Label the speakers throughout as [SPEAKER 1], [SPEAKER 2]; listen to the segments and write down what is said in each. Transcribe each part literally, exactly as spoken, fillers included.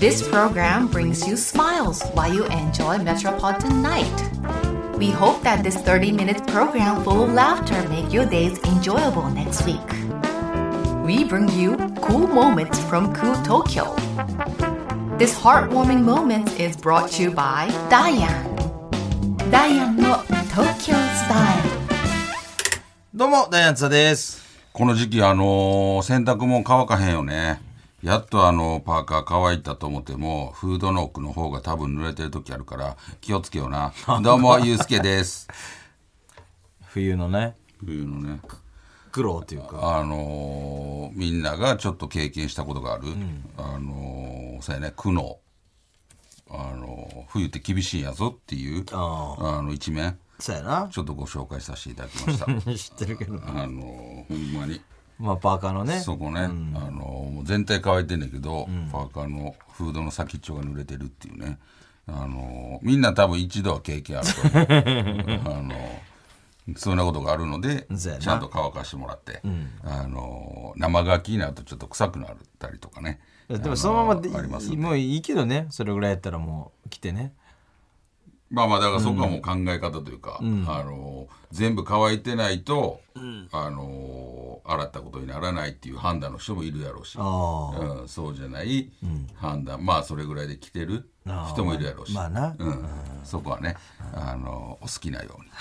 [SPEAKER 1] This program brings you smiles while you enjoy Metropolitan Night. We hope that this thirty-minute program full of laughter make your days enjoyable next week. We bring you cool moments from cool Tokyo. This heartwarming moment is brought to you by Diane. Diane の Tokyo Style。
[SPEAKER 2] どうもダイアンツァです。
[SPEAKER 3] この時期あのー、洗濯物乾かへんよね。やっとあのパーカー乾いたと思ってもフードの奥の方が多分濡れてる時あるから気をつけような。どうもゆうすけです。
[SPEAKER 2] 冬のね
[SPEAKER 3] 冬のね
[SPEAKER 2] 苦労というか
[SPEAKER 3] あのー、みんながちょっと経験したことがある、うん、あのー、そうやね苦悩あのー、冬って厳しいんやぞっていうああの一面
[SPEAKER 2] そうやな
[SPEAKER 3] ちょっとご紹介させていただきました。
[SPEAKER 2] 知ってるけど
[SPEAKER 3] あのー、ほんまに
[SPEAKER 2] まあパーカーのね
[SPEAKER 3] そこね、うん、あのもう全体乾いてんだけど、うん、パーカーのフードの先っちょが濡れてるっていうねあのみんな多分一度は経験あると思うあのそんなことがあるのでちゃんと乾かしてもらって、うん、あの生乾きになるとちょっと臭くなったりとかね。
[SPEAKER 2] でもそのままでもういいけどねそれぐらいやったらもう来てね
[SPEAKER 3] まあまあだからそこはもう考え方というか、うん、あの全部乾いてないと、うん、あの洗ったことにならないっていう判断の人もいるやろうし、うん、そうじゃない判断、うん、まあそれぐらいで来てる人もいるやろうし、
[SPEAKER 2] まあな、
[SPEAKER 3] うんうん、そこはねあのお好きなように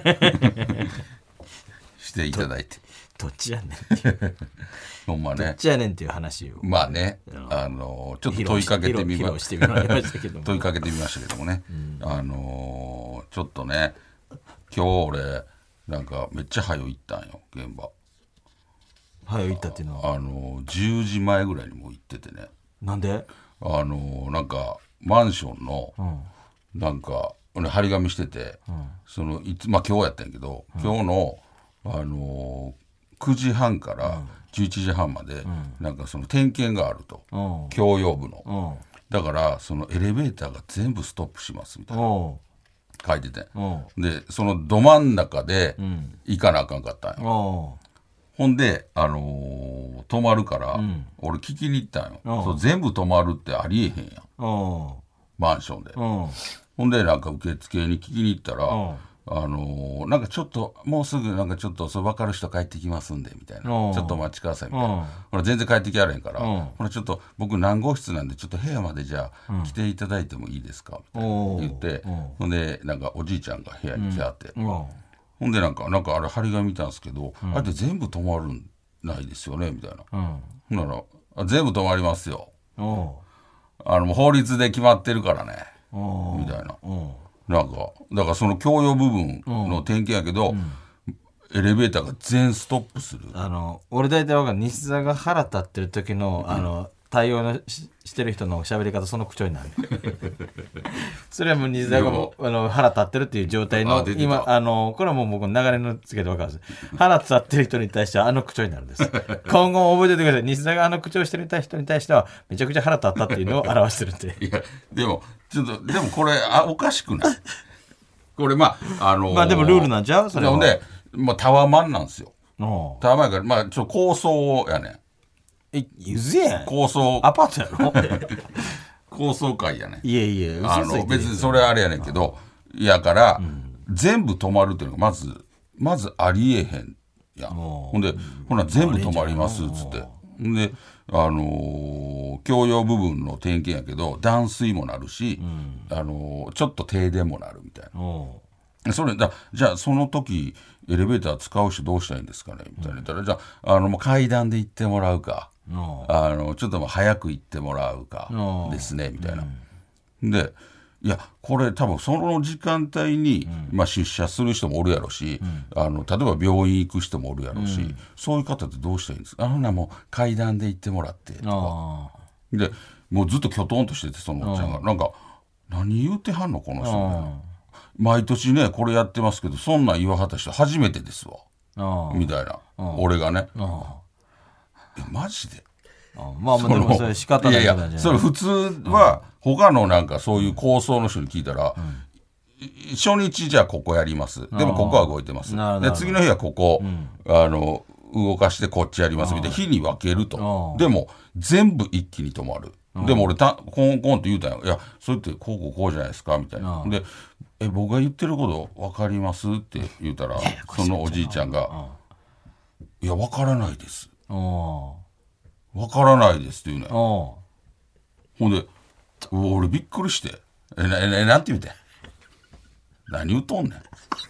[SPEAKER 3] していただいて
[SPEAKER 2] どっちやねんっていう
[SPEAKER 3] ほんまね
[SPEAKER 2] どっちやねんっていう話を
[SPEAKER 3] まあねあのちょっと問いかけてみました問いかけてみましたけどもね、うん、あのちょっとね今日俺なんかめっちゃ早行ったんよ現場。
[SPEAKER 2] 早行ったっていうのは
[SPEAKER 3] あのじゅうじまえぐらいにもう行っててね。
[SPEAKER 2] なんで
[SPEAKER 3] あのなんかマンションの、うん、なんか俺張り紙してて、うん、そのいつまあ今日やったんやけど、うん、今日のあのくじはんからじゅういちじはんまで、うん、なんかその点検があると、うん、共用部の、うん、だからそのエレベーターが全部ストップしますみたいな、うん、書いてて、うん、でそのど真ん中で行かなあかんかったんよ、うん、ほんで、あのー、止まるから、うん、俺聞きに行ったんよ、うん、そう全部止まるってありえへんやん、うん、マンションで、うん、ほんでなんか受付に聞きに行ったら、うんあのー、なんかちょっともうすぐなんかちょっとそう分かる人帰ってきますんでみたいなちょっとお待ちくださいみたいなほら全然帰ってきやれんからほらちょっと僕何号室なんでちょっと部屋までじゃあ来ていただいてもいいですかみたいな言ってほんでなんかおじいちゃんが部屋に来はってほんでなんかなんかあれ張り紙見たんですけどあれって全部止まるんないですよねみたいなほんなら全部止まりますよあの法律で決まってるからねみたいななんかだからその共用部分の点検やけど、うん、エレベーターが全ストップする
[SPEAKER 2] あの俺大体分かる西澤が腹立ってる時の、うん、あの対応の し, してる人の喋り方その口調になるそれはもう西澤がもうあの腹立ってるっていう状態の今あのこれはもう僕の流れのつけて分かるんです腹立ってる人に対してはあの口調になるんです今後覚えておいてください西澤があの口調してる人に対してはめちゃくちゃ腹立ったっていうのを表してるって
[SPEAKER 3] いやでもちょっとでもこれあおかしくないこれまああのー、
[SPEAKER 2] まあでもルールなんちゃうそれは
[SPEAKER 3] で、まあ、タワーマンなんですよタワーマンからまあちょっと高層やねん
[SPEAKER 2] えゆずやん
[SPEAKER 3] 高層
[SPEAKER 2] アパートやろ
[SPEAKER 3] 高層階やね
[SPEAKER 2] いえいえ
[SPEAKER 3] あの別にそれあれやねんけどやから、うん、全部止まるっていうのがまずまずありえへんやんほんでほな全部止まりますっつってであのー、共用部分の点検やけど断水もなるし、うんあのー、ちょっと停電もなるみたいなそれだじゃあその時エレベーター使う人どうしたらいいんですかねみたいな言ったら、うん、じゃあ、あのもう階段で行ってもらうかあのちょっともう早く行ってもらうかですねみたいな、うん、でいやこれ多分その時間帯に、うんまあ、出社する人もおるやろし、うん、あの例えば病院行く人もおるやろし、うん、そういう方ってどうしたらいいんですかあのなもう階段で行ってもらってとかでもうずっときょとんとしててそのおっちゃんがなんか何言うてはんのこの人ね毎年ねこれやってますけどそんなん言わはった人初めてですわみたいな俺がねえマジで
[SPEAKER 2] あまあまあでもそれ仕方ない
[SPEAKER 3] いやいやそれ普通は他のなんかそういう構想の人に聞いたら、うん、初日じゃあここやりますでもここは動いてますで次の日はここ、うん、あの動かしてこっちやりますみたいな日に分けるとでも全部一気に止まるうん、でも俺たコンコンって言うたんよ。いやそれってこうこうこうじゃないですかみたいな、うん、でえ僕が言ってること分かりますって言うたら、そのおじいちゃんが、うん、いや分からないです分からないですって言うねん。ほんで俺びっくりしてえなえなんて言うてん何言うとんねん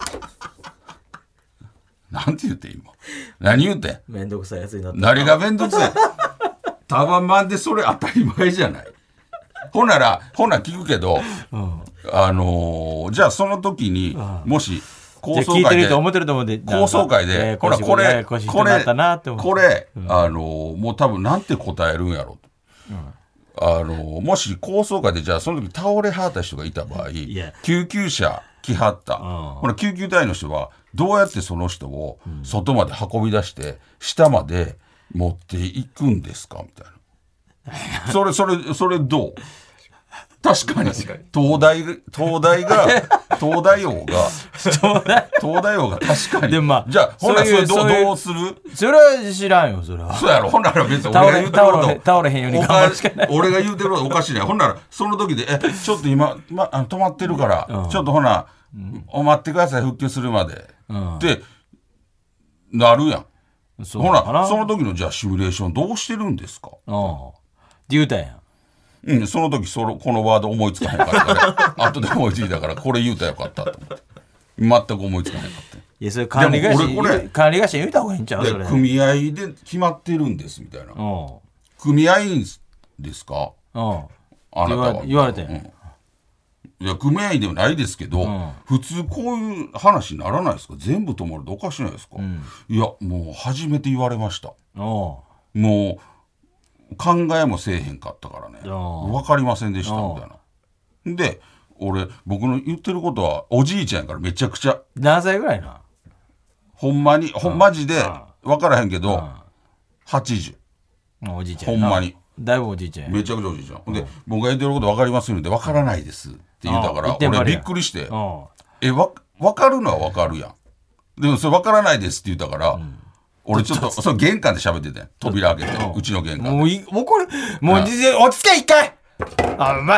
[SPEAKER 3] なんて言うてん今何言うてん
[SPEAKER 2] めんどくさいやつになった
[SPEAKER 3] 何がめんどくさいタワマンでそれ当たり前じゃないほんならほんなら聞くけど、うん、あのー、じゃあその時に、うん、もし高層会で高層会でほらこれこれこれ、うん、あのー、もう多分なんて答えるんやろと、うん、あのー、もし高層会でじゃあその時倒れはった人がいた場合救急車来はった、うん、ほら救急隊の人はどうやってその人を外まで運び出して下まで持っていくんですかみたいなそれそれそれどう確かに東大東大が東大王が東大王が確かに
[SPEAKER 2] で、まあ、
[SPEAKER 3] じゃあほんならそれどうどうする
[SPEAKER 2] それは知らんよそれは
[SPEAKER 3] そうやろほんなら別に俺が言うてること
[SPEAKER 2] 倒れへんように頑張るしかない
[SPEAKER 3] 俺が言うてることおかしいねほんならその時でえちょっと今、ま、あの止まってるから、うん、ちょっとほな、うん、お待ってください復旧するまで、うん、ってなるやんほらその時のじゃあシミュレーションどうしてるんですか
[SPEAKER 2] って言うたんや
[SPEAKER 3] うん、その時そのこのワード思いつかへんかったから後で思いついたからこれ言うたらよかったと思って全く思いつかへんかった。
[SPEAKER 2] いやそれ管理会社管理会社言うた方がいいんちゃうそれ
[SPEAKER 3] 組合で決まってるんですみたいな組合員ですかあなたは
[SPEAKER 2] 言われて、うん、
[SPEAKER 3] いや組合員でもないですけど、うん、普通こういう話にならないですか全部止まるとおかしいないですか、うん、いやもう初めて言われましたもう考えもせえへんかったからね分かりませんでしたみたいなで俺僕の言ってることはおじいちゃんやからめちゃくちゃ
[SPEAKER 2] 何歳ぐらいな
[SPEAKER 3] ほんまにほんマジで分からへんけどはちじゅ
[SPEAKER 2] うおじいちゃん
[SPEAKER 3] ほんまに
[SPEAKER 2] だいぶおじいちゃん
[SPEAKER 3] めちゃくちゃおじいちゃん、うん、で僕が言ってること分かりますので分からないですって言ったから俺びっくりしてえわ分かるのは分かるやんでもそれ分からないですって言ったから、うん俺ちょっとその玄関で喋ってて扉開けてうちの玄関で
[SPEAKER 2] もういもうこれもう落ち着け一回あうまい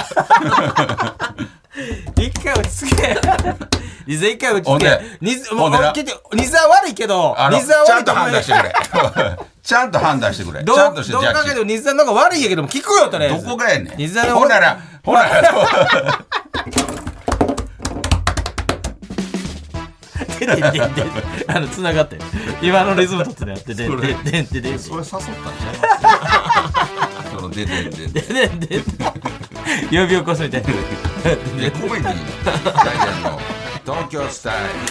[SPEAKER 2] 一回落ち着け水一回落ち着け水もう水は悪いけど水は悪い
[SPEAKER 3] ちゃんと判断してくれちゃんと判断してくれ
[SPEAKER 2] どう
[SPEAKER 3] ちゃんとして
[SPEAKER 2] どう考えても水の方が悪いやけども聞くよとりあえず
[SPEAKER 3] どこがやねん
[SPEAKER 2] 水
[SPEAKER 3] ほならほなら
[SPEAKER 2] あの繋がって今のリズムとってやってででででで
[SPEAKER 3] それ誘ったんちゃいますそのでででででで
[SPEAKER 2] 呼び起こすみたいな
[SPEAKER 3] でコメディー大体の東京スタイ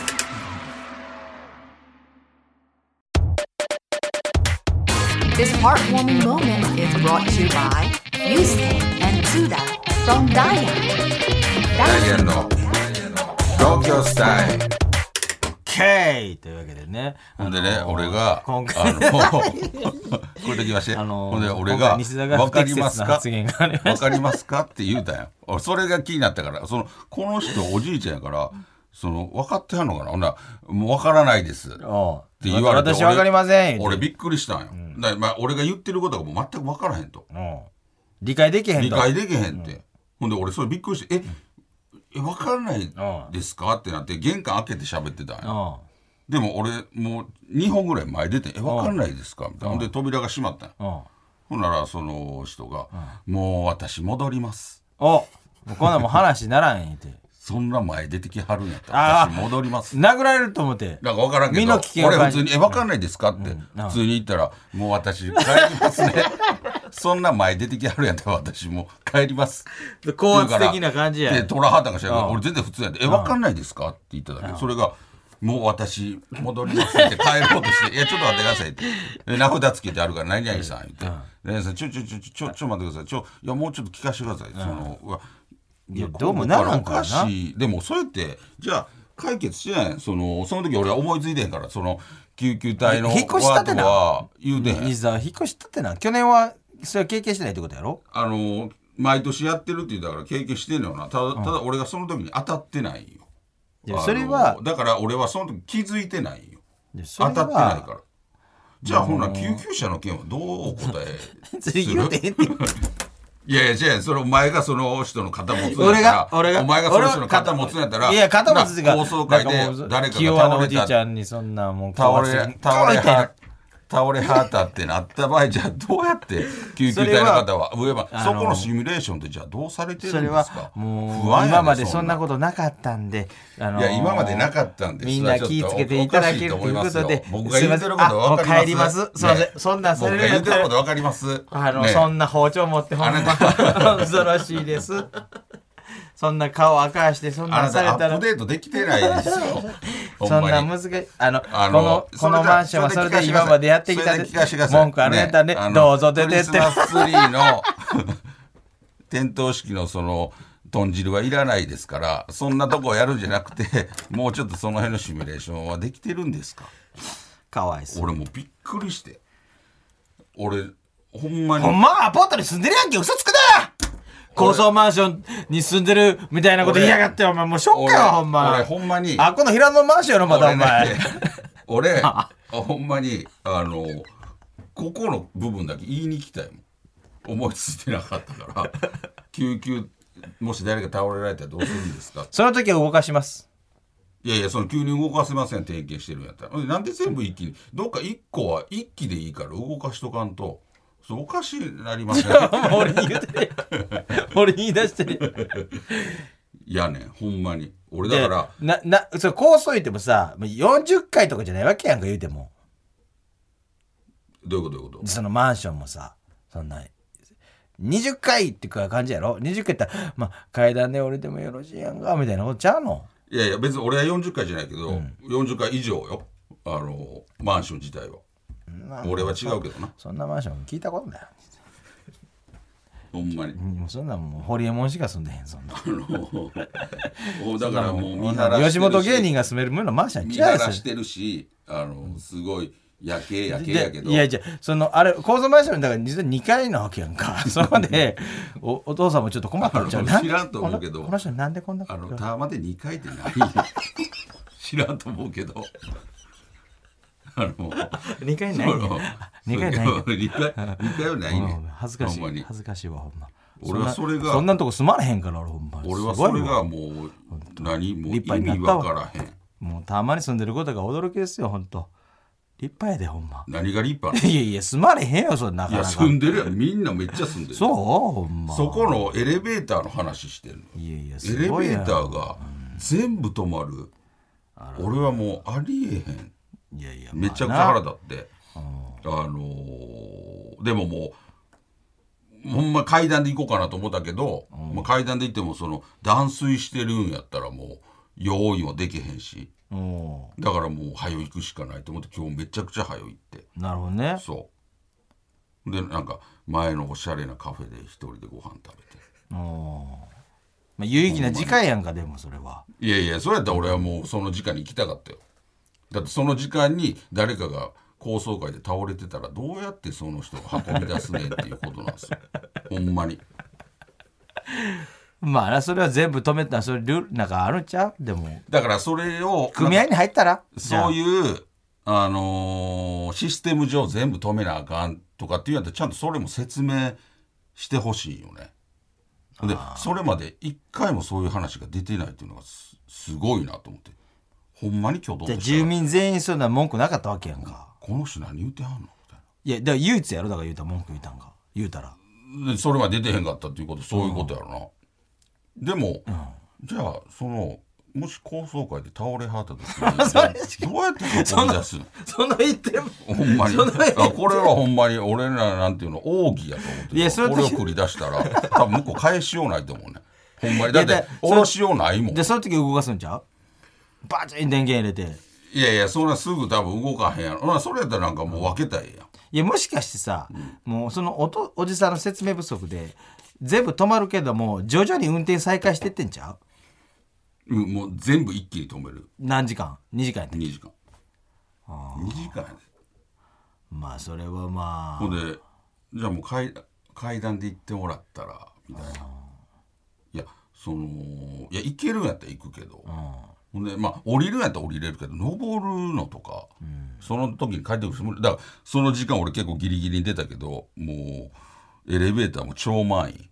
[SPEAKER 1] ル This heartwarming moment is brought to you by Yusuke and Tsuda from Diane
[SPEAKER 3] ダイアンの東京スタイル
[SPEAKER 2] というわけでね
[SPEAKER 3] ほんでね俺が
[SPEAKER 2] 今回
[SPEAKER 3] あのこれできまして、あのー、ほんで俺が分かりますか分かりますかって言うたんや俺それが気になったからそのこの人おじいちゃんやからその分かってはんのかなほんならもう分からないですって言われて
[SPEAKER 2] 私分かりません
[SPEAKER 3] 俺びっくりしたんよ、うん、だからまあ俺が言ってることがもう全く分からへんと、うん、
[SPEAKER 2] 理解できへんと
[SPEAKER 3] 理解できへんって、うん、ほんで俺それびっくりしてええ分かんないですかってなって玄関開けて喋ってたんやでも俺もうにほんぐらい前出てえ分かんないですかみたいなほんで扉が閉まったんやほんならその人がもう私戻ります
[SPEAKER 2] おこんなもう話にならんって
[SPEAKER 3] そんな前出てきはるんやったら私戻ります
[SPEAKER 2] 殴られると思って
[SPEAKER 3] なんか分からんけど俺普通にえ分かんないですかって普通に言ったらもう私帰りますねそんな前出てきはるんやったら私もう帰ります
[SPEAKER 2] 高圧的な感じや
[SPEAKER 3] でトラハタがしたけど俺全然普通やってえ分かんないですかって言っただけそれがもう私戻りますって帰ろうとしていやちょっと待ってくださいって名札つけてあるから何々さん言って何々さんちょちょちょちょちょ待ってくださいちょいやもうちょっと聞かせてくださいそのうわ
[SPEAKER 2] いやどうもならんからな
[SPEAKER 3] でもそれってじゃあ解決してないそのその時俺は思いついてへんからその救急隊のワードは言うてへん
[SPEAKER 2] 西澤引っ越したってな去年はそれは経験してないってことやろ
[SPEAKER 3] あの毎年やってるって言ったから経験してんのよなただ、ただ俺がその時に当たってないよ
[SPEAKER 2] いやそれは
[SPEAKER 3] だから俺はその時気づいてないよ当たってないからじゃあほんなら救急車の件はどうお答えする
[SPEAKER 2] 言うてへんって
[SPEAKER 3] いやいや違う、それお前がその人の肩持つんやったら、
[SPEAKER 2] 俺が俺が
[SPEAKER 3] お前がその人の肩持つんやったら、
[SPEAKER 2] いや肩持つっていうか
[SPEAKER 3] 高層階で誰かが倒れ
[SPEAKER 2] 清和のおじいち
[SPEAKER 3] た、
[SPEAKER 2] ゃんにそんなもん
[SPEAKER 3] 倒れ倒れ
[SPEAKER 2] は
[SPEAKER 3] は倒れはったってなった場合、じゃあどうやって救急隊の方は上はそこのシミュレーションってじゃあどうされてるんですか。
[SPEAKER 2] それはもう
[SPEAKER 3] 不安やね
[SPEAKER 2] 今までそんなことなかったんで、あのー、
[SPEAKER 3] いや今までなかったんです。
[SPEAKER 2] みんな気ぃつけていただけるということで、
[SPEAKER 3] 僕が言ってることは分かります。
[SPEAKER 2] 帰ります。すいません、ね、そんなんされる
[SPEAKER 3] 僕が言ってること分かります。
[SPEAKER 2] あの、
[SPEAKER 3] ね、
[SPEAKER 2] そんな包丁持ってほんま恐ろしいです。そんな顔赤してそんなんされたら
[SPEAKER 3] あなたアップデートできてないですよ。
[SPEAKER 2] そんな難しいあのあのこのこのマンションはそれで今までやってきたで文句あるやったらね、どうぞ出てって。クリスマス
[SPEAKER 3] ツリーの点灯式のその豚汁はいらないですから、そんなとこをやるんじゃなくて、もうちょっとその辺のシミュレーションはできてるんですか。
[SPEAKER 2] かわいそう。
[SPEAKER 3] 俺もうびっくりして、俺ほんまに
[SPEAKER 2] ほんまアパートに住んでるやんけ、嘘つくな。高層マンションに住んでるみたいなこと言いやがって、お前もうショックやほんま。
[SPEAKER 3] 俺ほんまに
[SPEAKER 2] あこの平野マンションのまたお前
[SPEAKER 3] 俺、ね、俺ほんまにあのここの部分だけ言いに行きたいもん。思いついてなかったから救急もし誰か倒れられたらどうするんですか。
[SPEAKER 2] その時は動かします。
[SPEAKER 3] いやいや、その急に動かせません、点検してるんやったら。なんで全部一気に、どっか一個は一気でいいから動かしとかんと、そうおかしいなりません。
[SPEAKER 2] 俺に言うてる俺に言い出してる
[SPEAKER 3] いやねん、ほんまに俺だから
[SPEAKER 2] ななそれ高層言ってもさよんじゅっかいとかじゃないわけやんか、言うても。
[SPEAKER 3] どういうことどういうこと。
[SPEAKER 2] そのマンションもさそんなにじゅっかいっていう感じやろ。にじゅっかいってまあ階段で降りてもよろしいやんかみたいなことちゃうの。
[SPEAKER 3] いやいや別に俺はよんじゅっかいじゃないけど、うん、よんじゅっかい以上よ、あのマンション自体は。俺は違うけどな。
[SPEAKER 2] そんなマンション聞いたことない。
[SPEAKER 3] ほんまに。
[SPEAKER 2] もうそんなもうホリエモンしか住んでへんそんな。
[SPEAKER 3] だからもう見晴らしてるし、
[SPEAKER 2] 吉本芸人が住めるものマンション
[SPEAKER 3] 見晴らしてるし、あのすごい夜景夜景やけど。
[SPEAKER 2] いやじゃそのあれ高層マンションだから実はにかいなわけやんか。そこで お, お父さんもちょっと困ったんちゃう。
[SPEAKER 3] 知らんと思うけど。
[SPEAKER 2] この人なんでこんな。
[SPEAKER 3] あのタワマでにかいってない。知らんと思うけど。あの
[SPEAKER 2] にかいないね。にかいないね。
[SPEAKER 3] にかいはないね。
[SPEAKER 2] 恥ずかしい恥ずかしいわほんま。
[SPEAKER 3] 俺はそれが
[SPEAKER 2] そんなとこ住まれへんから俺ほんま。
[SPEAKER 3] 俺はそれがもう何もう意味わからへん。
[SPEAKER 2] もうたまに住んでることが驚きですよほんと。立派やでほんま。
[SPEAKER 3] 何が立派。
[SPEAKER 2] いやいや住まれへんよそんな。
[SPEAKER 3] いや住んでるやん、みんなめっちゃ住んでる。
[SPEAKER 2] そうほんま。
[SPEAKER 3] そこのエレベーターの話してるの。
[SPEAKER 2] いやいや
[SPEAKER 3] エレベーターが全部止まる。俺はもうありえへん。
[SPEAKER 2] いやいや
[SPEAKER 3] めちゃくちゃ腹立って、あのー、でももうほんま階段で行こうかなと思ったけど、うん、まあ、階段で行ってもその断水してるんやったらもう用意もできへんし、うん、だからもう早行くしかないと思って今日めちゃくちゃ早行って。
[SPEAKER 2] なるほどね。
[SPEAKER 3] そうでなんか前のおしゃれなカフェで一人でご飯食べて、
[SPEAKER 2] まあ、有意義な時間やんか。でもそれはい
[SPEAKER 3] やいやそれやったら俺はもうその時間に行きたかったよ。だってその時間に誰かが高層階で倒れてたらどうやってその人が運び出すねんっていうことなんですよ。ほんまに。
[SPEAKER 2] まあそれは全部止めたらそれルールなんかあるんちゃう。でも
[SPEAKER 3] だからそれを
[SPEAKER 2] 組合に入ったら
[SPEAKER 3] そういうあのー、システム上全部止めなあかんとかっていうんやったらちゃんとそれも説明してほしいよね。でそれまで一回もそういう話が出てないっていうのが す, すごいなと思って。ほんまに挙動と
[SPEAKER 2] したら住民全員そんな文句なかったわけやんか。
[SPEAKER 3] この人何言うてはんのみたいな。
[SPEAKER 2] いやだから唯一やろだから言うたら文句言うたんか言うたら
[SPEAKER 3] でそれまで出てへんかったっていうことそういうことやろな、うん、でも、うん、じゃあそのもし高層階で倒れはった時にどうやってそこに出すの。
[SPEAKER 2] その言っても
[SPEAKER 3] ほんまにあこれはほんまに俺らなんていうの奥義やと思って。いやそれこれを繰り出したら多分向こう返しようないと思うね。ほんまにだって下ろしようないもん。
[SPEAKER 2] でその時動かすんちゃう。バチン電源入れて。
[SPEAKER 3] いやいやそんなすぐ多分動かへんやろ。それやったらなんかもう分けたいやん。
[SPEAKER 2] いやもしかしてさ、うん、もうその お, とおじさんの説明不足で全部止まるけども徐々に運転再開してってんちゃ
[SPEAKER 3] う、うん、もう全部一気に止める。
[SPEAKER 2] 何時間にじかんやったっけ。
[SPEAKER 3] にじかんあにじかんやで。
[SPEAKER 2] まあそれはまあ
[SPEAKER 3] ほんでじゃあもう 階, 階段で行ってもらったらみたいな。いやそのいや行けるんやったら行くけど、ほんでまあ降りるんやったら降りれるけど登るのとか、うん、その時に帰ってくる。だからその時間俺結構ギリギリに出たけどもうエレベーターも超満員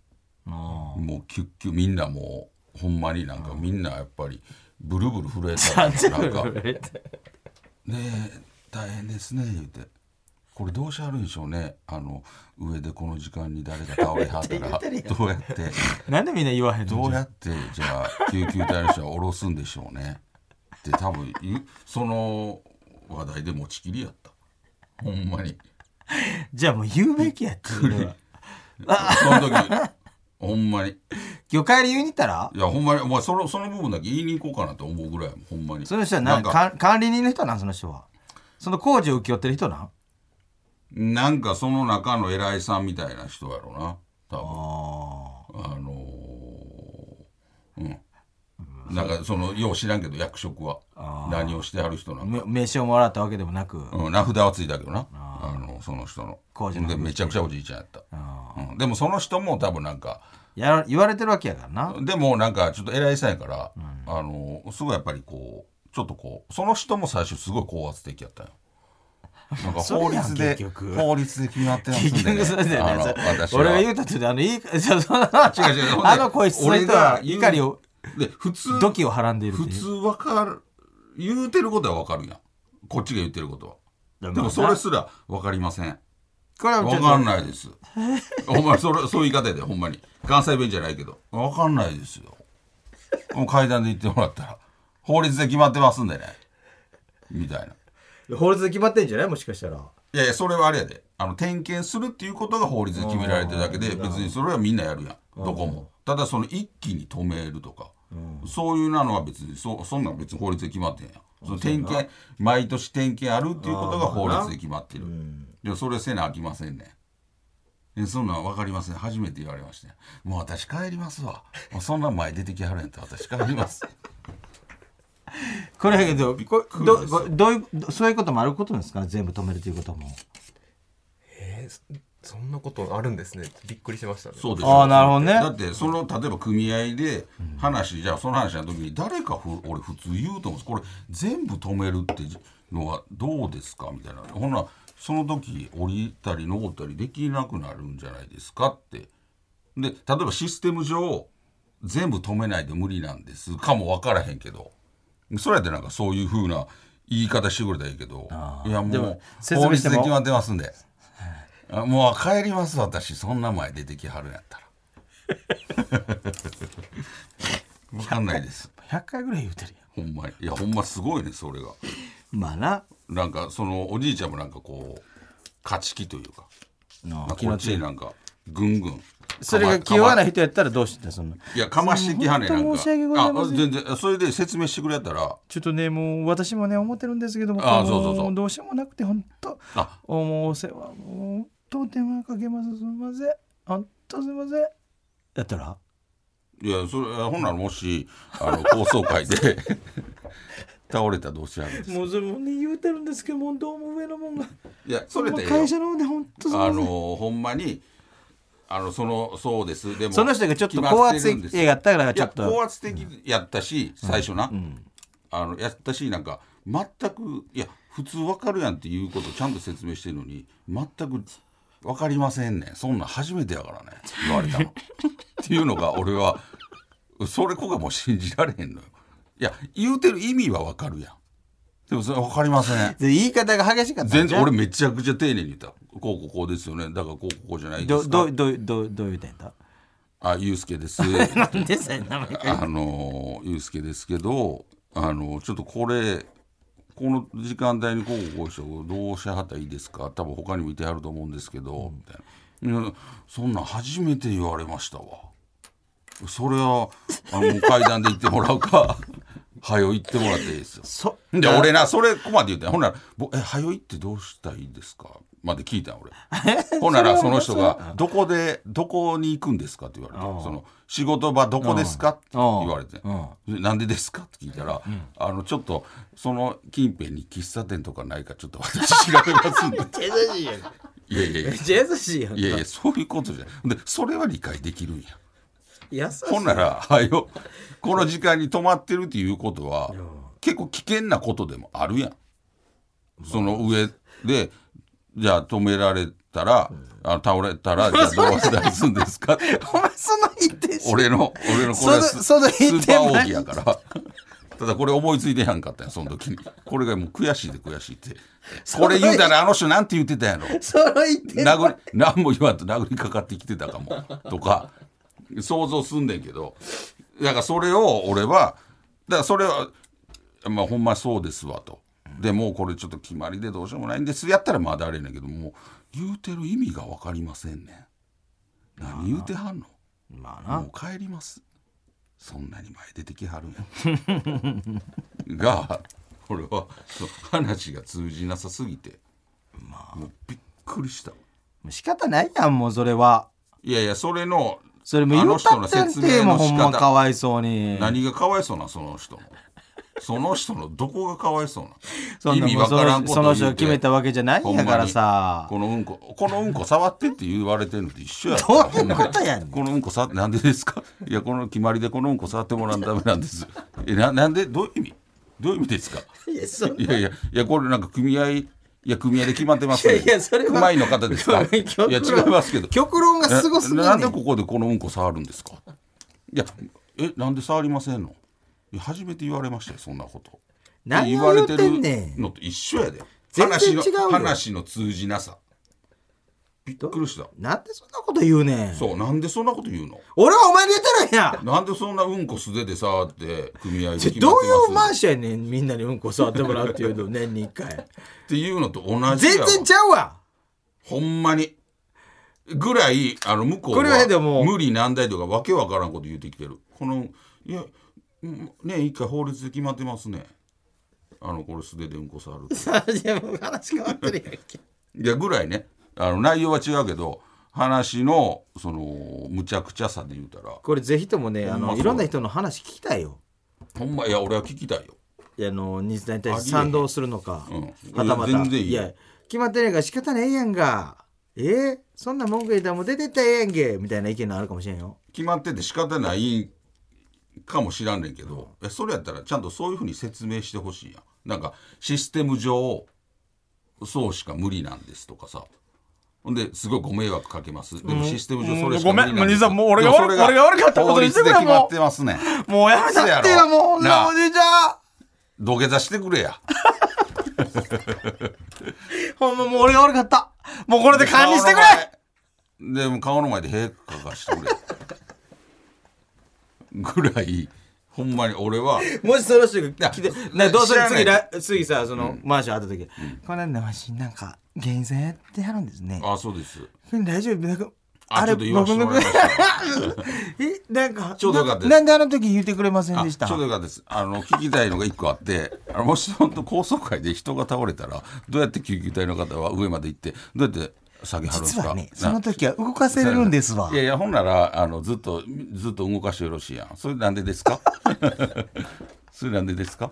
[SPEAKER 3] もうキュッキュみんなもうほんまになんかみんなやっぱりブルブル震えたらなんかねえ大変ですね言うてこれどうしはるんでしょうねあの上でこの時間に誰が倒れはったらどうやって
[SPEAKER 2] なんでみんな言わへんの
[SPEAKER 3] どうやってじゃあ救急隊の人は下ろすんでしょうねって多分その話題で持ちきりやったほんまに
[SPEAKER 2] じゃあもう言うべきやってそれは
[SPEAKER 3] その時ほんまに
[SPEAKER 2] 今日帰り言いに行ったら
[SPEAKER 3] いやほんまにお前その、その部分だけ言いに行こうかなと思うぐらいやもんほんまに
[SPEAKER 2] その人はな
[SPEAKER 3] なんか
[SPEAKER 2] か管理人の人なんその人はその工事を請け負ってる人なん
[SPEAKER 3] なんかその中の偉いさんみたいな人やろな多分ああのー、うんなんかそのよう知らんけど役職は何をしてはる人なんか
[SPEAKER 2] 名刺をもらったわけでもなく、
[SPEAKER 3] うん、名札はついたけどなあのその人の
[SPEAKER 2] 工事の
[SPEAKER 3] でめちゃくちゃおじいちゃんやった、うん、でもその人も多分なんか
[SPEAKER 2] や言われてるわけやからな
[SPEAKER 3] でもなんかちょっと偉いさんやから、うん、あのすごいやっぱりこうちょっとこうその人も最初すごい高圧的やったよなんか法律で法律で決まってますんで、ね、
[SPEAKER 2] 結局それでね
[SPEAKER 3] あの私は
[SPEAKER 2] 俺が言うたってあのいい違う違う
[SPEAKER 3] 違う
[SPEAKER 2] あの声質の人は怒りを
[SPEAKER 3] で普通
[SPEAKER 2] 土器をはらんでいる
[SPEAKER 3] 普通分かる言うてることは分かるやんこっちが言ってることはでもそれすら分かりません
[SPEAKER 2] これは
[SPEAKER 3] 分かんないですお前それそういう言い方でほんまに関西弁じゃないけど分かんないですよもう階段で言ってもらったら法律で決まってますんでねみたいな
[SPEAKER 2] 法律で決まってんじゃないもしかしたら
[SPEAKER 3] いやいやそれはあれやであの点検するっていうことが法律で決められてるだけで別にそれはみんなやるやんどこもただその一気に止めるとか、うん、そういうのは別に そ, そんなん別に法律で決まってんやんその点検毎年点検あるっていうことが法律で決まってる、うん、でそれせなあきませんねでそんなん分かりません初めて言われましたねもう私帰りますわもうそんなん前出てきはるんやったら私帰ります
[SPEAKER 2] これだけどこどどういうそういうこともあることですか全部止めるということも
[SPEAKER 4] えーそんなことあるんですねびっくりしましたね
[SPEAKER 3] そうでしょ
[SPEAKER 2] ああなるほどね
[SPEAKER 3] だってその例えば組合で話、うん、じゃあその話の時に誰かふ俺普通言うと思うんですこれ全部止めるってのはどうですかみたいなほなその時降りたり登ったりできなくなるんじゃないですかってで例えばシステム上全部止めないと無理なんですかも分からへんけどそれやってなんかそういう風な言い方してくれたらいいけどいやもう法律で決まってますんでもう帰ります私そんな前出てきはるんやったら分かんないです
[SPEAKER 2] ひゃっかいぐらい言うてる
[SPEAKER 3] やんほんまにいやほんますごいねそれが
[SPEAKER 2] まあな
[SPEAKER 3] なんかそのおじいちゃんもなんかこう勝ち気というかこっちになんかぐんぐん
[SPEAKER 2] それが気弱な人やったらどうしてその
[SPEAKER 3] いやかましてきはねなんか
[SPEAKER 2] 申し訳ございません
[SPEAKER 3] あ全然それで説明してくれたら
[SPEAKER 2] ちょっとねもう私もね思ってるんですけども
[SPEAKER 3] あそうそうそう
[SPEAKER 2] どうしようもなくて本当
[SPEAKER 3] あ
[SPEAKER 2] もうお世話もうと電話かけますすみません本当すみませんやったら
[SPEAKER 3] いやそれほんならもしあの高層階で倒れたらどうしはるんですか
[SPEAKER 2] もうそれもね言うてるんですけどもどうも上のもんが
[SPEAKER 3] いやそれで
[SPEAKER 2] 会社の方で本当すみません
[SPEAKER 3] あのほんまにあのそのそうですでも
[SPEAKER 2] その人がちょっと高圧的やったからちょっと
[SPEAKER 3] いや高圧的やったし、うん、最初な、
[SPEAKER 2] うん、
[SPEAKER 3] あのやったしなんか全くいや普通分かるやんっていうことをちゃんと説明してるのに全く分かりませんねんそんなん初めてやからね言われたのっていうのが俺はそれこがもう信じられへんのよいや言うてる意味は分かるやんでもそれ分かりません
[SPEAKER 2] 言い方が激しかった
[SPEAKER 3] 全然俺めちゃくちゃ丁寧に言ったこうこうこうですよねだからこうこうこうじゃないですか
[SPEAKER 2] どどどどどう言うてんだ
[SPEAKER 3] あゆうすけです
[SPEAKER 2] なんでさ名前
[SPEAKER 3] あのゆうすけですけどあのちょっとこれこの時間帯にこうこうしてどうしはったらいいですか多分他にもいてはると思うんですけど、うん、みたいなそんなん初めて言われましたわそれはあの階段で行ってもらうかはよ行ってもらっていいですよそで俺なそれこまで言ってほんならえはよ行ってどうしたらいいですかまで聞いたん俺ほんならその人がどこでどこに行くんですかって言われてその仕事場どこですかって言われてなんでですかって聞いたら、うん、あのちょっとその近辺に喫茶店とかないかちょっと私調べますんで
[SPEAKER 2] 優しいやん
[SPEAKER 3] いやいやいや
[SPEAKER 2] めっちゃ優しいやん
[SPEAKER 3] いやいやそういうことじゃないでそれは理解できるんや
[SPEAKER 2] 優しい
[SPEAKER 3] ほんならはよこの時間に止まってるっていうことは結構危険なことでもあるやんその上でじゃあ止められたら、あの倒れたらじゃあどう出すんですかって。
[SPEAKER 2] お前その一点
[SPEAKER 3] 俺の俺のこれはス
[SPEAKER 2] その
[SPEAKER 3] スーパー奥義やから。ただこれ思いついてやんかったんやその時に。これがもう悔しいで悔しいって。これ言うたらあの人なんて言ってたんやろ。
[SPEAKER 2] その一点
[SPEAKER 3] 殴り何も言わんと殴りかかってきてたかもとか想像すんねんけど、だからそれを俺はだからそれはまあほんまそうですわと。でもうこれちょっと決まりでどうしようもないんですやったらまだあれやねんけども言うてる意味が分かりませんねん。何言うてはんの。
[SPEAKER 2] まあな
[SPEAKER 3] もう帰ります。そんなに前出てきはるんやが俺は話が通じなさすぎて、まあ、もうびっくりした。
[SPEAKER 2] 仕方ないやんもうそれは。
[SPEAKER 3] いやいやそれの
[SPEAKER 2] それも言うたってんてもうほんまかわいそうに。
[SPEAKER 3] 何がかわいそうなその人のその人のどこがかわいそうな
[SPEAKER 2] そんな意味わからんこと言うてその人決めたわけじゃないんやからさ。
[SPEAKER 3] このうんここのうんこ触ってって言われてるのと一緒や
[SPEAKER 2] どういうことやねん。
[SPEAKER 3] このうんこ触ってなんでですか。いやこの決まりでこのうんこ触ってもらわなダメなんです。え な, なんでどういう意味どういう意味ですか。
[SPEAKER 2] いやそ
[SPEAKER 3] いやいやいやこれなんか組合いや組合で決まってますね。
[SPEAKER 2] いやそれは
[SPEAKER 3] 組合の方ですか。いや違いますけど
[SPEAKER 2] 極論がすごすぎる、ね、
[SPEAKER 3] なんでここでこのうんこ触るんですか。いやえなんで触りませんの。いや初めて言われましたよそんなこと。
[SPEAKER 2] 何を言ってんねん。
[SPEAKER 3] のと一緒やで。
[SPEAKER 2] 全然違うよ。
[SPEAKER 3] 話の話の通じなさ。びっくりした。
[SPEAKER 2] なんでそんなこと言うねん。
[SPEAKER 3] そうなんでそんなこと言うの。
[SPEAKER 2] 俺はお前に言ってるんや。
[SPEAKER 3] なんでそんなうんこ素手で触って組合で決まってます。
[SPEAKER 2] どういうマーシャやねんみんなにうんこ触ってもらうっていうの年に一回
[SPEAKER 3] っていうのと同じやわ。
[SPEAKER 2] 全然ちゃうわ
[SPEAKER 3] ほんまにぐらいあの向こうは無理難題とかわけわからんこと言うてきてる。このいやね一回法律で決まってますね。あのこれ素手でうんこ触るって
[SPEAKER 2] いやもう話変わってるやんけ。
[SPEAKER 3] いやぐらいねあの内容は違うけど話のそのむちゃくちゃさで言うたら
[SPEAKER 2] これぜひともねあのいろんな人の話聞きたいよ。
[SPEAKER 3] ほんまいや俺は聞きたいよ。
[SPEAKER 2] いやあの日大に対して賛同するのか、
[SPEAKER 3] うん、
[SPEAKER 2] はたまた
[SPEAKER 3] 全然いい
[SPEAKER 2] いや決まってないから仕方ないやんがえー、そんな文句言ったらもう出てったらええやんけみたいな意見のあるかもしれんよ。
[SPEAKER 3] 決まってて仕方ないかもしらんねんけど、うん、それやったらちゃんとそういうふうに説明してほしいやん。なんかシステム上そうしか無理なんですとかさ。ほんですごいご迷惑かけます。でもシステム上それしか無理なんです。
[SPEAKER 2] ごめん、兄さんもう俺が悪かったことにしてくれ。
[SPEAKER 3] 法律で決まってますね。
[SPEAKER 2] もうやめたってよもうなおじいちゃん。
[SPEAKER 3] 土下座してくれや。
[SPEAKER 2] ほんまもう俺が悪かった。もうこれで管理してくれ。
[SPEAKER 3] でも顔の前で陛下がしてくれ。ぐらい。ほんまに俺は
[SPEAKER 2] もしその人が来てなどうする次ら次さその、うん、マンション会った時、うん、この間わしなんか芸人さんやってはるんですね。
[SPEAKER 3] あそうです。
[SPEAKER 2] 大丈夫なんか
[SPEAKER 3] あれちょっと言わせてもらいました
[SPEAKER 2] えなんか
[SPEAKER 3] ちょうどよかったです。
[SPEAKER 2] なんであの時言ってくれませんでした。
[SPEAKER 3] ちょうどよかったです。あの聞きたいのが一個あってあのもし本当高速界で人が倒れたらどうやって救急隊の方は上まで行ってどうやって下げはるんですか。
[SPEAKER 2] 実はねその時は動かせるんですわ。
[SPEAKER 3] いやいやほんならあのずっとずっと動かしてよろしいやん。それなんでですか。それなんでですか。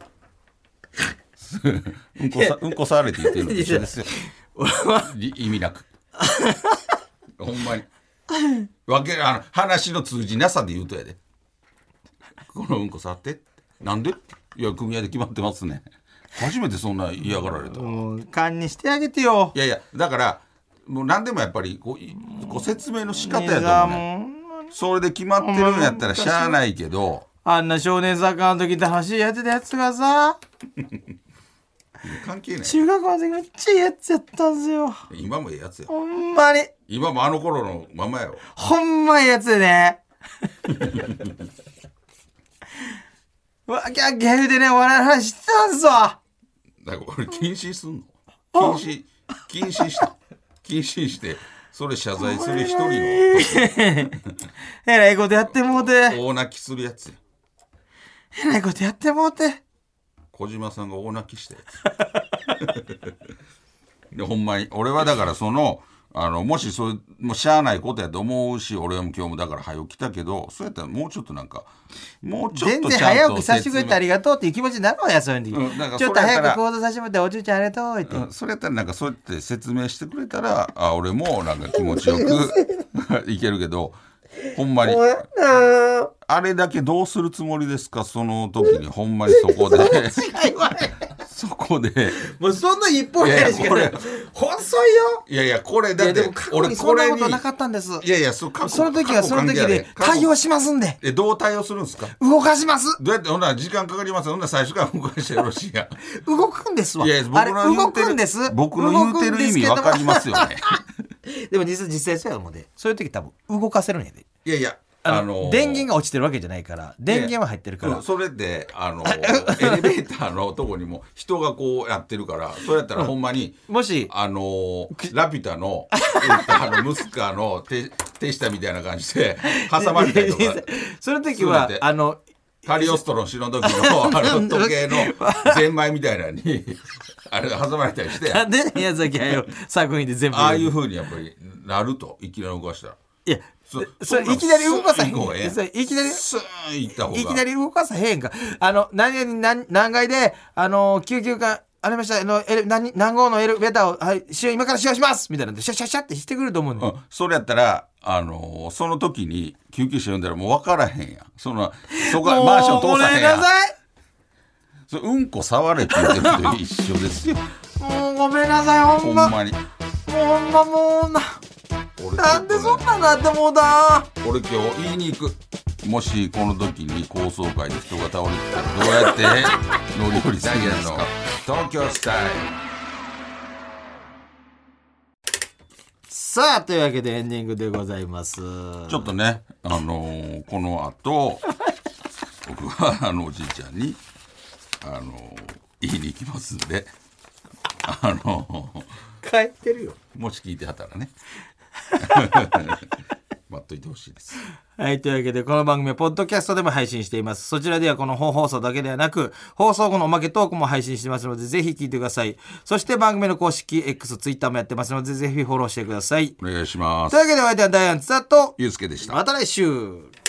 [SPEAKER 3] うんこさうんこ触れて言ってるのと一緒ですよ。意味なく。ほんまに。わけあの話の通じなさで言うとやで。このうんこ触ってなんで。いや組合で決まってますね。初めてそんな嫌がられた。
[SPEAKER 2] もう勘にしてあげてよ。
[SPEAKER 3] いやいやだからもう何でもやっぱりこうご説明の仕方やと思うね。それで決まってるんやったらしゃあないけど
[SPEAKER 2] あんな少年サッカーの時楽しいやってたやつがさ
[SPEAKER 3] 関係ない。
[SPEAKER 2] 中学校の時めっちゃいいやつやったんすよ。
[SPEAKER 3] 今もいいやつや。
[SPEAKER 2] ほんまに
[SPEAKER 3] 今もあの頃のままやろ。
[SPEAKER 2] ほんまいいやつでねわキャッキャ言うてねお笑いの話してたんすわ。
[SPEAKER 3] だから俺禁止すんの禁止禁止した禁止してそれ謝罪する一人のえ
[SPEAKER 2] らいことやってもうて
[SPEAKER 3] 大泣きするやつや。
[SPEAKER 2] えらいことやってもうて
[SPEAKER 3] 小島さんが大泣きしたやつでほんまに俺はだからそのあのもしそうもうしゃあないことやと思うし俺はもう今日もだから早起きたけどそうやったらもうちょっとなんかもうちょっとちゃんと
[SPEAKER 2] 全然早起きさせてくれてありがとうっていう気持ちになるわやそういう時、うん、ちょっと早く行動させてもらっておじいちゃんありがとうって、
[SPEAKER 3] うん、それやったらなんかそうやって説明してくれたらあ俺もなんか気持ちよくいけるけどほんまにあれだけどうするつもりですかその時にほんまにそこでそこで
[SPEAKER 2] もうそんな一本やりしかないほん遅いよ。
[SPEAKER 3] いやいやこれだって
[SPEAKER 2] いやでも過去にそんなことなかったんです。
[SPEAKER 3] いやいや そ, 過去
[SPEAKER 2] その時はその時で対応しますんで。
[SPEAKER 3] えどう対応するんですか。
[SPEAKER 2] 動かします。
[SPEAKER 3] どうやってほんなら時間かかります。ほんなら最初から動かしてよろしいやん。
[SPEAKER 2] 動くんですわ。
[SPEAKER 3] いや僕の言うてる
[SPEAKER 2] 動くんです。
[SPEAKER 3] 僕の言うてる意味わかりますよね。
[SPEAKER 2] でも実実際そうやもんで、そういう時多分動かせるんやで。
[SPEAKER 3] いやいや
[SPEAKER 2] あの、
[SPEAKER 3] あのー、
[SPEAKER 2] 電源が落ちてるわけじゃないから電源は入ってるから、
[SPEAKER 3] うん、それであのエレベーターのとこにも人がこうやってるからそれやったらほんまに、
[SPEAKER 2] うん、もし
[SPEAKER 3] あのラピュタのあのムスカの手手下みたいな感じで挟まれたりとか
[SPEAKER 2] その時はあの
[SPEAKER 3] カリオストロの死の時のあの時計のゼンマイみたいなのにあれ挟まれたりして
[SPEAKER 2] なんで宮崎駿作品で全部
[SPEAKER 3] ああいう風にやっぱりなるといきなり動かしたら
[SPEAKER 2] いやそそれいきなり動かさへん。
[SPEAKER 3] そ
[SPEAKER 2] いきなり
[SPEAKER 3] スーン行った方が
[SPEAKER 2] いきなり動かさへんか。あの何々何何階であの救急がありましたあのエレ何何号のエレベーターをはい使用今から使用しますみたいなんでシャシャシャってしてくると思うね、
[SPEAKER 3] うん、それやったらあのー、その時に救急車呼んだらもう分からへんやん。そのそこマンション通さへんやん。
[SPEAKER 2] ごめんなさい。
[SPEAKER 3] そうんこ触れって言ってるのと一緒ですよ。
[SPEAKER 2] もうごめんなさいほんま。
[SPEAKER 3] ほんまに。
[SPEAKER 2] もうほんまもうな。なんでそんななってもうだ。
[SPEAKER 3] 俺今日言いに行く。もしこの時に高層階で人が倒れてたらどうやって乗り降りするんですか。東京スタイル。
[SPEAKER 2] さあというわけでエンディングでございます。ち
[SPEAKER 3] ょっとねあのー、この後僕はあのおじいちゃんにあのー、言いに行きますんであの
[SPEAKER 2] ー、帰ってるよ。
[SPEAKER 3] もし聞いてはったらね待っといてほしいです。
[SPEAKER 2] はい、というわけでこの番組はポッドキャストでも配信しています。そちらではこの本放送だけではなく放送後のおまけトークも配信してますのでぜひ聞いてください。そして番組の公式 X、ツイッターもやってますのでぜひフォローしてください。
[SPEAKER 3] お願いします。
[SPEAKER 2] というわけでお相手はダイアンツだと
[SPEAKER 3] ゆうすけでした。
[SPEAKER 2] また来週。